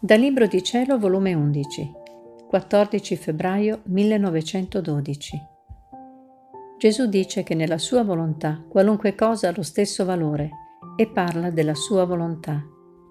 Dal Libro di Cielo, volume 11, 14 febbraio 1912. Gesù dice che nella sua volontà qualunque cosa ha lo stesso valore e parla della sua volontà.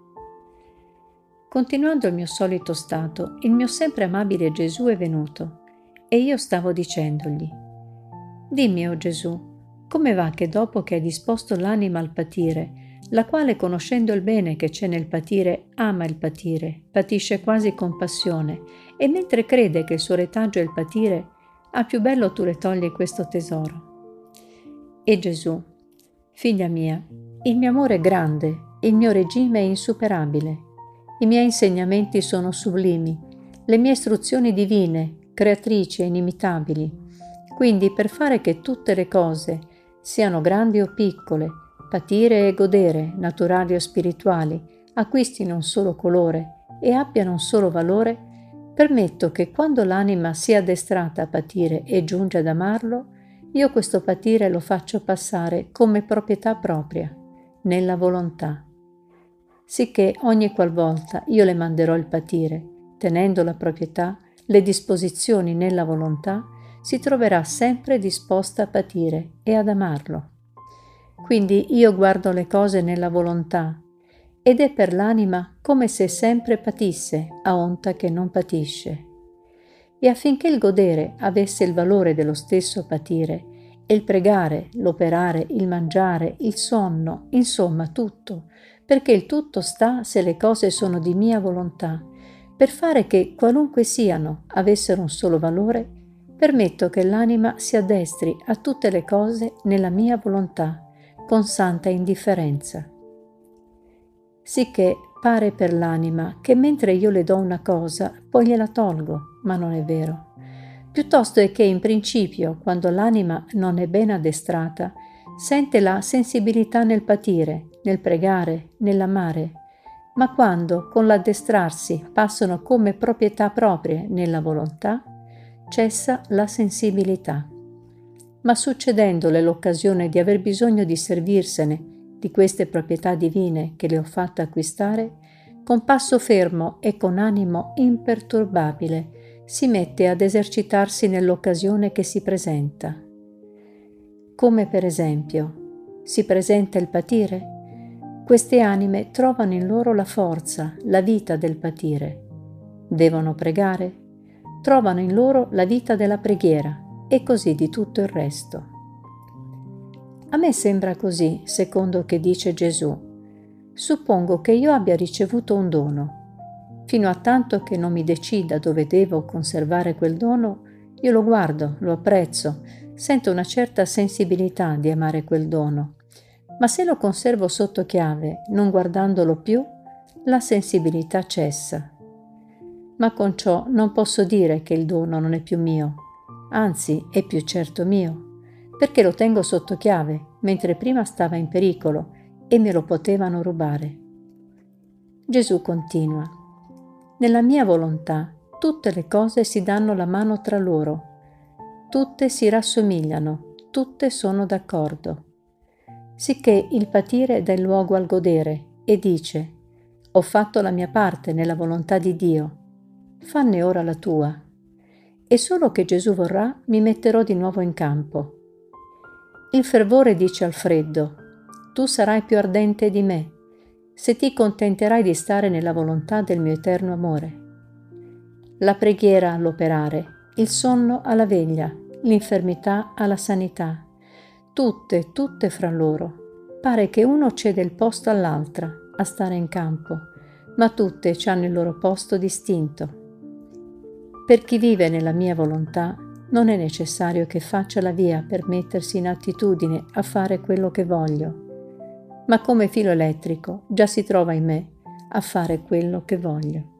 Continuando il mio solito stato, il mio sempre amabile Gesù è venuto e io stavo dicendogli: «Dimmi, o Gesù, come va che dopo che hai disposto l'anima al patire, la quale, conoscendo il bene che c'è nel patire, ama il patire, patisce quasi con passione, e mentre crede che il suo retaggio è il patire, al più bello tu le togli questo tesoro?» E Gesù: «Figlia mia, il mio amore è grande, il mio regime è insuperabile, i miei insegnamenti sono sublimi, le mie istruzioni divine, creatrici e inimitabili. Quindi, per fare che tutte le cose, siano grandi o piccole, patire e godere, naturali o spirituali, acquistino un solo colore e abbiano un solo valore, permetto che quando l'anima sia addestrata a patire e giunge ad amarlo, io questo patire lo faccio passare come proprietà propria, nella volontà. Sicché ogni qualvolta io le manderò il patire, tenendo la proprietà, le disposizioni nella volontà, si troverà sempre disposta a patire e ad amarlo. Quindi io guardo le cose nella volontà, ed è per l'anima come se sempre patisse, a onta che non patisce. E affinché il godere avesse il valore dello stesso patire, e il pregare, l'operare, il mangiare, il sonno, insomma tutto, perché il tutto sta se le cose sono di mia volontà, per fare che, qualunque siano, avessero un solo valore, permetto che l'anima si addestri a tutte le cose nella mia volontà, con santa indifferenza. Sicché pare per l'anima che mentre io le do una cosa, poi gliela tolgo, ma non è vero. Piuttosto è che in principio, quando l'anima non è ben addestrata, sente la sensibilità nel patire, nel pregare, nell'amare, ma quando con l'addestrarsi passano come proprietà proprie nella volontà, cessa la sensibilità. Ma succedendole l'occasione di aver bisogno di servirsene di queste proprietà divine che le ho fatte acquistare, con passo fermo e con animo imperturbabile si mette ad esercitarsi nell'occasione che si presenta. Come per esempio, si presenta il patire? Queste anime trovano in loro la forza, la vita del patire. Devono pregare? Trovano in loro la vita della preghiera e così di tutto il resto. A me sembra così, secondo che dice Gesù. Suppongo che io abbia ricevuto un dono. Fino a tanto che non mi decida dove devo conservare quel dono, io lo guardo, lo apprezzo, sento una certa sensibilità di amare quel dono. Ma se lo conservo sotto chiave, non guardandolo più, la sensibilità cessa. Ma con ciò non posso dire che il dono non è più mio, anzi è più certo mio, perché lo tengo sotto chiave, mentre prima stava in pericolo e me lo potevano rubare. Gesù continua: «Nella mia volontà tutte le cose si danno la mano tra loro, tutte si rassomigliano, tutte sono d'accordo. Sicché il patire dà luogo al godere e dice: ho fatto la mia parte nella volontà di Dio, fanne ora la tua. E solo che Gesù vorrà mi metterò di nuovo in campo. Il fervore dice al freddo: tu sarai più ardente di me, se ti contenterai di stare nella volontà del mio eterno amore. La preghiera all'operare, il sonno alla veglia, l'infermità alla sanità, tutte fra loro. Pare che uno cede il posto all'altra a stare in campo, ma tutte hanno il loro posto distinto. Per chi vive nella mia volontà non è necessario che faccia la via per mettersi in attitudine a fare quello che voglio, ma come filo elettrico già si trova in me a fare quello che voglio».